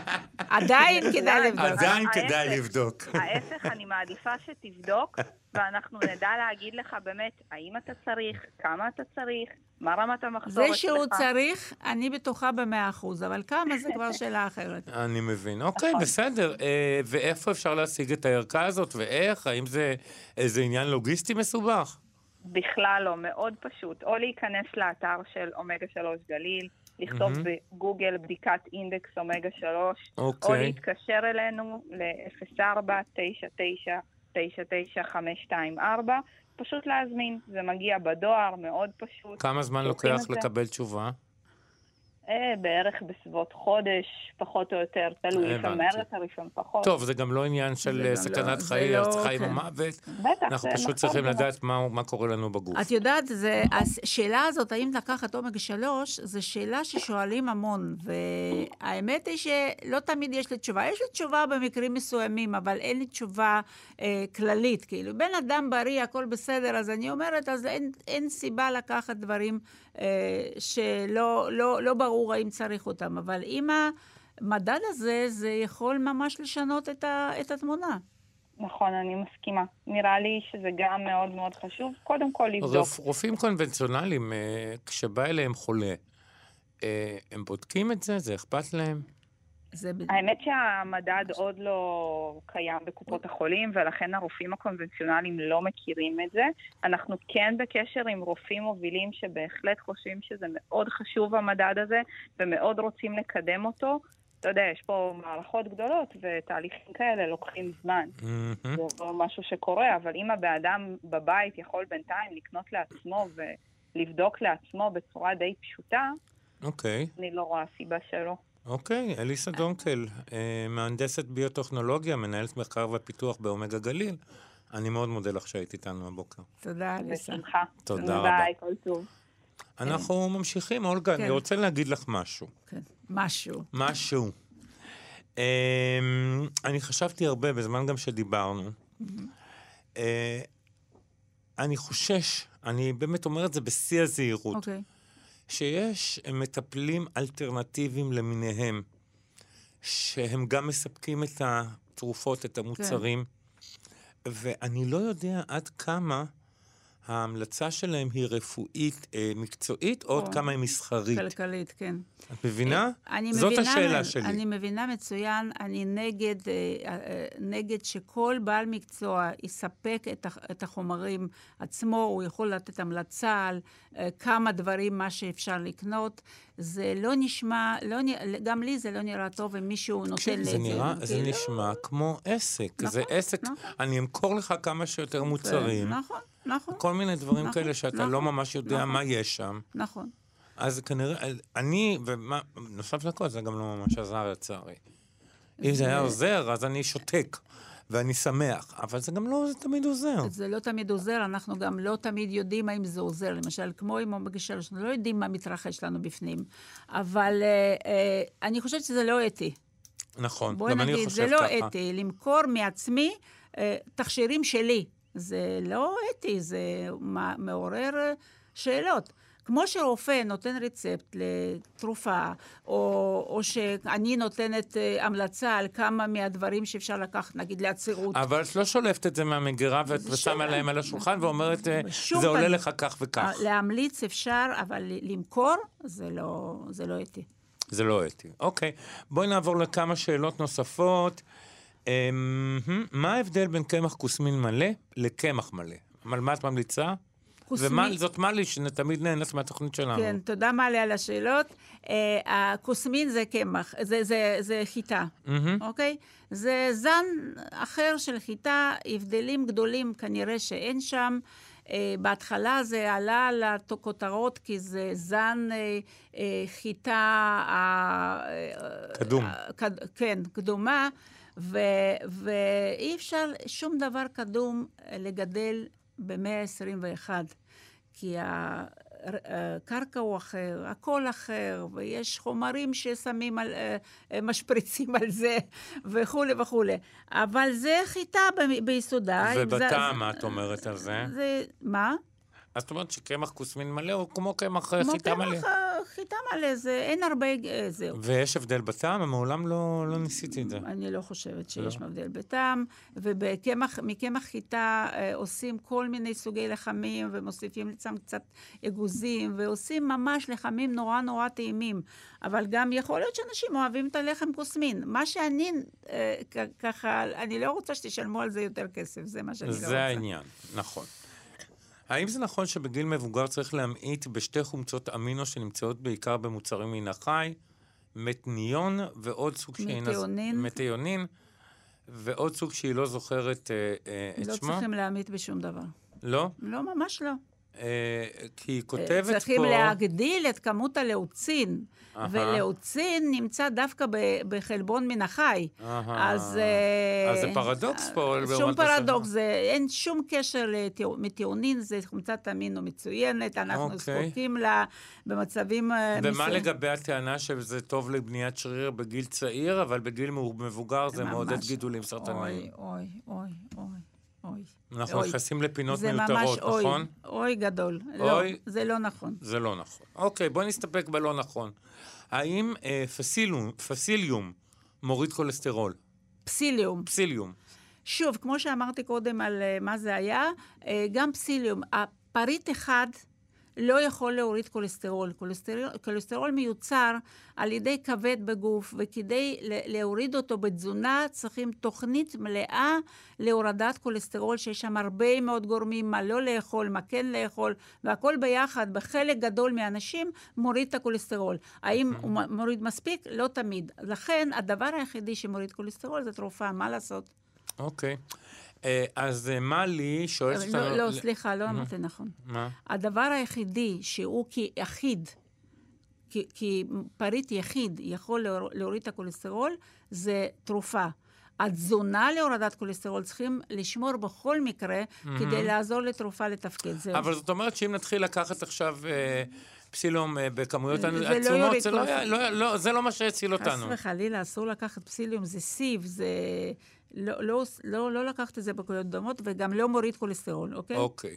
עדיין כדאי לבדוק. עדיין כדאי לבדוק. ההפך, אני מעדיפה שתבדוק, ואנחנו נדע להגיד לך באמת, האם אתה צריך, כמה אתה צריך, מה רמת המחזור אצלך. זה שהוא צריך, אני בטוחה במאה אחוז, אבל כמה זה כבר שאלה אחרת. אני מבין. אוקיי, בסדר. ואיפה אפשר להשיג את הערכה הזאת, ואיך? האם זה איזה עניין לוגיסטי מסובך? בכלל לא, מאוד פשוט. או להיכנס לאתר של אומגה שלוש גליל, לכתוב בגוגל בדיקת אינדקס אומגה שלוש, או להתקשר אלינו ל-אפס ארבע תשע תשע תשע תשע חמש שתיים ארבע, פשוט להזמין, זה מגיע בדואר, מאוד פשוט. כמה זמן לוקח לקבל תשובה? בערך בסביבות חודש, פחות או יותר, תלוי, לפעמים מהר יותר, לפעמים פחות. טוב, זה גם לא עניין של סכנת חיים או מוות. אנחנו פשוט צריכים לדעת מה קורה לנו בגוף. את יודעת, השאלה הזאת, האם לקחת אומגה שלוש, זו שאלה ששואלים המון, והאמת היא שלא תמיד יש לי תשובה. יש לי תשובה במקרים מסוימים, אבל אין לי תשובה כללית. כאילו, בן אדם בריא, הכל בסדר, אז אני אומרת, אז אין סיבה לקחת דברים שלא לא, לא ברור האם צריך אותם, אבל עם המדד הזה, זה יכול ממש לשנות את, ה, את התמונה. נכון, אני מסכימה. נראה לי שזה גם מאוד מאוד חשוב. קודם כל לבדוק. רופאים קונבנציונליים, כשבא אליהם חולה, הם בודקים את זה? זה אכפת להם? זה... האמת שהמדד עוד לא קיים בקופות החולים, ולכן הרופאים הקונבנציונליים לא מכירים את זה. אנחנו כן בקשר עם רופאים מובילים שבהחלט חושבים שזה מאוד חשוב המדד הזה, ומאוד רוצים לקדם אותו. אתה יודע, יש פה מערכות גדולות, ותהליכים כאלה לוקחים זמן. Mm-hmm. זה לא משהו שקורה, אבל אם הבאדם בבית יכול בינתיים לקנות לעצמו ולבדוק לעצמו בצורה די פשוטה, okay. אני לא רואה סיבה שלא. אוקיי, okay, אליסה דונקל, מהנדסת ביוטכנולוגיה, מנהלת מחקר ופיתוח באומגה גליל. אני מאוד מודה לך שהיית איתנו הבוקר. תודה, אליסה. בשמחה. תודה רבה. ביי, כל טוב. אנחנו ממשיכים, אולגה, אני רוצה להגיד לך משהו. כן, משהו. משהו. אני חשבתי הרבה, בזמן גם שדיברנו. אני חושש, אני באמת אומר את זה בשיא הזהירות. אוקיי. שיש מטפלים אלטרנטיביים למיניהם, שהם גם מספקים את התרופות, את המוצרים, כן. ואני לא יודע עד כמה ההמלצה שלהם היא רפואית, מקצועית, או עוד כמה היא מסחרית. כלכלית, כן. את מבינה? זאת מבינה, השאלה שלי. אני מבינה מצוין, אני נגד, נגד שכל בעל מקצוע יספק את החומרים עצמו, הוא יכול לתת המלצה על כמה דברים, מה שאפשר לקנות. זה לא נשמע, לא, גם לי זה לא נראה טוב אם מישהו נותן זה נראה, זה נשמע כמו עסק. זה עסק, אני אמכור לך כמה שיותר מוצרים. נכון. נכון. כל מיני דברים נכון, כאלה שאתה נכון, לא ממש יודע נכון, מה יש שם. נכון. אז כנראה, אני, ונוסף לכל, זה גם לא ממש עזר לצערי. אם זה היה עוזר, אז אני שותק, ואני שמח, אבל זה גם לא זה תמיד עוזר. זה לא תמיד עוזר, אנחנו גם לא תמיד יודעים האם זה עוזר. למשל, כמו עם אומגה שלוש, אנחנו לא יודעים מה מתרחש לנו בפנים. אבל אה, אה, אני חושבת שזה לא אתי. נכון, גם אני חושב ככה. בואי נגיד, זה לא אתי, למכור מעצמי אה, תכשירים שלי. זה לא אתי, זה מעורר שאלות. כמו שרופא נותן רצפט לתרופה, או, או שאני נותנת המלצה על כמה מהדברים שאפשר לקחת, נגיד לעצירות. אבל את לא שולפת את זה מהמגירה ושמה להם על השולחן ואומרת, זה עולה לך כך וכך. להמליץ אפשר, אבל למכור, זה לא, זה לא אתי. זה לא אתי. אוקיי, בואי נעבור לכמה שאלות נוספות. מה ההבדל בין קמח כוסמין מלא לקמח מלא? על מה את ממליצה? וזאת מלי שתמיד נהנית מהתוכנית שלנו. כן, תודה מלי על השאלות. הכוסמין זה קמח, זה חיטה, אוקיי? זה זן אחר של חיטה, הבדלים גדולים כנראה שאין שם. בהתחלה זה עלה לכותרות כי זה זן חיטה... קדום. כן, קדומה. ואי אפשר שום דבר קדום לגדל במאה ה-עשרים ואחת, כי הקרקע הוא אחר, הכל אחר, ויש חומרים ששמים על, משפריצים על זה, וכו' וכו'. אבל זה חיטה ביסודה. ובטעם, מה את אומרת על זה? זה, מה? אז זאת אומרת שקמח כוסמין מלא הוא כמו קמח חיטה מלא. כמו קמח חיטה מלא, זה אין הרבה, זהו. ויש הבדל בטעם? מעולם לא, לא ניסיתי את זה. אני לא חושבת שיש לא. הבדל בטעם, ומקמח חיטה עושים כל מיני סוגי לחמים, ומוסיפים לצם קצת אגוזים, ועושים ממש לחמים נורא נורא טעימים. אבל גם יכול להיות שאנשים אוהבים את הלחם כוסמין. מה שאני, ככה, אני לא רוצה שתשלמו על זה יותר כסף, זה מה שאני לא רוצה. זה העניין, נכון. האם זה נכון שבגיל מבוגר צריך להמעיט בשתי חומצות אמינו שנמצאות בעיקר במוצרים מן החי, מתניון ועוד סוג שהיא... מתיונין. מתיונין, ועוד סוג שהיא לא זוכרת אה, אה, את לא שמה? צריכים להמעיט בשום דבר. לא? לא, ממש לא. כי היא כותבת פה... צריכים להגדיל את כמות הלאוצין, ולאוצין נמצא דווקא בחלבון מן החי. אז... אז זה פרדוקס פה. שום פרדוקס, אין שום קשר מטיאונין, זה חומצת אמינו מצוינת, אנחנו זקוקים לה במצבים... ומה לגבי הטענה שזה טוב לבניית שריר בגיל צעיר, אבל בגיל מבוגר זה מעודד גידולים סרטניים? אוי, אוי, אוי, אוי. אנחנו נכנסים לפינות מיותרות, נכון? אוי גדול. לא, זה לא נכון. זה לא נכון. אוקיי, בואי נסתפק בלא נכון. האם פסיליום מוריד כולסטרול? פסיליום. פסיליום. שוב, כמו שאמרתי קודם על מה זה היה, גם פסיליום. הפריט אחד לא יכול להוריד כולסטרול. כולסטרול, כולסטרול מיוצר על ידי כבד בגוף, וכדי להוריד אותו בתזונה צריכים תוכנית מלאה להורדת כולסטרול, שיש שם הרבה מאוד גורמים, מה לא לאכול, מה כן לאכול, והכל ביחד, בחלק גדול מהאנשים, מוריד את הכולסטרול. האם הוא מוריד מספיק? לא תמיד. לכן, הדבר היחידי שמוריד כולסטרול זה תרופה, מה לעשות? אוקיי. אז מה לי שואלת אותנו... לא, לא, סליחה, לא אמרתי נכון. מה? הדבר היחידי שהוא כיחיד, כי פריט יחיד יכול להוריד את הכולסטרול, זה תרופה. התזונה להורדת כולסטרול צריכים לשמור בכל מקרה, כדי לעזור לתרופה לתפקד. אבל זאת אומרת שאם נתחיל לקחת עכשיו... פסילום בכמויות עצומות, זה לא מה שהציל אותנו. חס וחלילה, אסור לקחת פסיליום, זה סיב, זה... לא, לא, לא, לא לקחת את זה בכמויות דומות, וגם לא מוריד כולסטרול, אוקיי? אוקיי.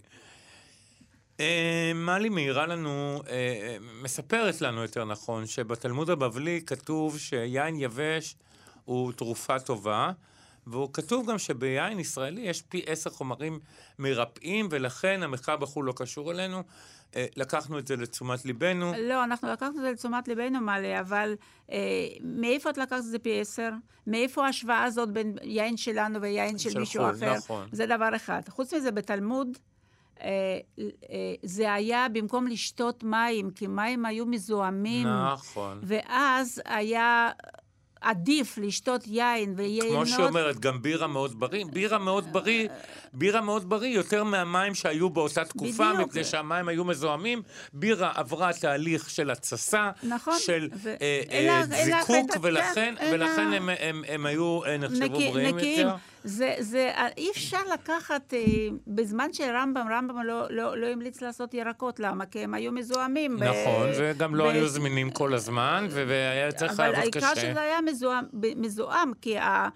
מלי מאירה לנו, מספרת לנו יותר נכון, שבתלמוד הבבלי כתוב שיין יבש הוא תרופה טובה, והוא כתוב גם שביין ישראלי יש פי עשר חומרים מרפאים, ולכן המחקר בחו"ל לא קשור אלינו. לקחנו את זה לתשומת ליבנו. לא, אנחנו לקחנו את זה לתשומת ליבנו מלא, אבל אה, מאיפה את לקחת את זה פי עשר? מאיפה ההשוואה הזאת בין יין שלנו ויין של, של מישהו חול, אחר? נכון. זה דבר אחד. חוץ מזה, בתלמוד, אה, אה, זה היה במקום לשתות מים, כי מים היו מזוהמים. נכון. ואז היה... עדיף לשתות יין ויינות. כמו שאומרת, גם בירה מאוד בריא. בירה מאוד בריא, בירה מאוד בריא יותר מהמים שהיו באותה תקופה, בדיוק. מפני שהמים היו מזוהמים. בירה עברה תהליך של הצסה, נכון. של ו... אה, אה, זיקוק, ולכן, ולכן הם, הם, הם היו נחשבו נקי, בריאים נקיים. יותר. זה, זה, אי אפשר לקחת, אה, בזמן שרמב"ם, רמב"ם לא, לא, לא המליץ לעשות ירקות, למה? כי הם היו מזוהמים. נכון, ב, וגם לא ב... היו זמינים כל הזמן, והיה צריך לעבוד קשה. אבל העיקר שזה היה מזוהם, מזוהם, כי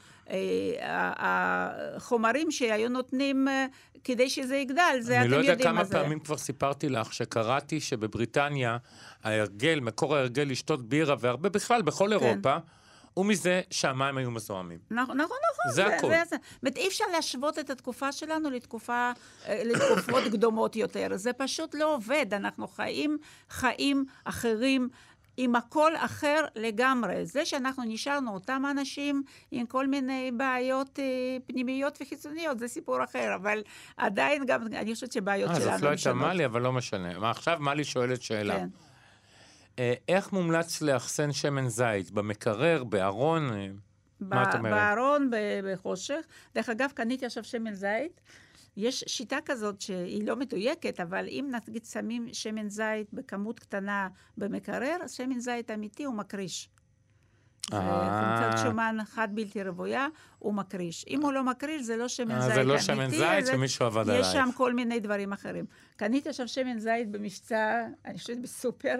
החומרים שהיו נותנים כדי שזה יגדל, זה אתם יודעים מה זה. אני לא יודע כמה פעמים כבר סיפרתי לך, שקראתי שבבריטניה, ההרגל, מקור ההרגל לשתות בירה, והרבה בכלל, בכל אירופה, ומזה שהמים היו מזוהמים. נכון, נכון, נכון. זה הכל. אי אפשר להשוות את התקופה שלנו לתקופות קדומות יותר. זה פשוט לא עובד. אנחנו חיים חיים אחרים, עם הכל אחר לגמרי. זה שאנחנו נשארנו אותם אנשים עם כל מיני בעיות פנימיות וחיצוניות, זה סיפור אחר, אבל עדיין גם, אני חושבת שבעיות שלנו... זאת לא הייתה מלי, אבל לא משנה. עכשיו מלי שואלת שאלה. כן. איך מומלץ לאחסן שמן זית? במקרר, בארון? מה את אומרת? בארון, בחושך. דרך אגב, קניתי עכשיו שמן זית. יש שיטה כזאת שהיא לא מדויקת, אבל אם נגיד שמים שמן זית בכמות קטנה במקרר, אז שמן זית אמיתי הוא מקריש. זה חומצת שומן חד בלתי רוויה, הוא מקריש. אם הוא לא מקריש, זה לא שמן זית אמיתי. זה לא שמן זית ומישהו עבד עלייך. יש שם כל מיני דברים אחרים. קניתי עכשיו שמן זית במבצע, אני חושבת בסופר,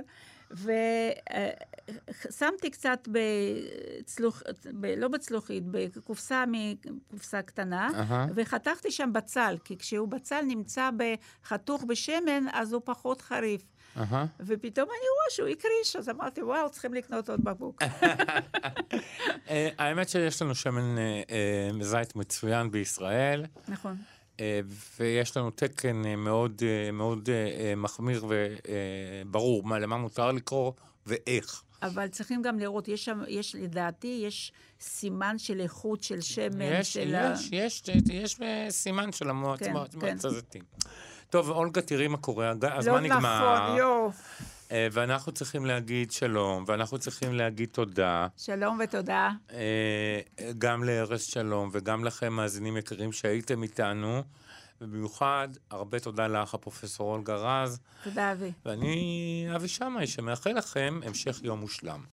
ושמתי קצת בצלוח, ב, לא בצלוחית, בקופסה מקופסה קטנה, uh-huh. וחתכתי שם בצל, כי כשהוא בצל נמצא בחתוך בשמן, אז הוא פחות חריף. Uh-huh. ופתאום אני רואה שהוא יקריש, אז אמרתי, וואו, צריכים לקנות עוד בקבוק. האמת שיש לנו שמן זית מצוין בישראל. נכון. ויש לנו תקן מאוד, מאוד מחמיר וברור מה, למה מותר לקרוא ואיך. אבל צריכים גם לראות, יש שם, יש לדעתי, יש סימן של איכות של שמן. יש, של יש, ה... יש, יש, יש סימן של המועצה כן, הזיתים. כן. טוב, אולגה, תראי מה קורה, הזמן נגמר. לא נכון, יו. ואנחנו צריכים להגיד שלום, ואנחנו צריכים להגיד תודה. שלום ותודה. גם לארז שלום, וגם לכם מאזינים יקרים שהייתם איתנו, ובמיוחד, הרבה תודה לך, הפרופסור אולגה רז. תודה, אבי. ואני, אבי שמאי, שמאחל לכם המשך יום מושלם.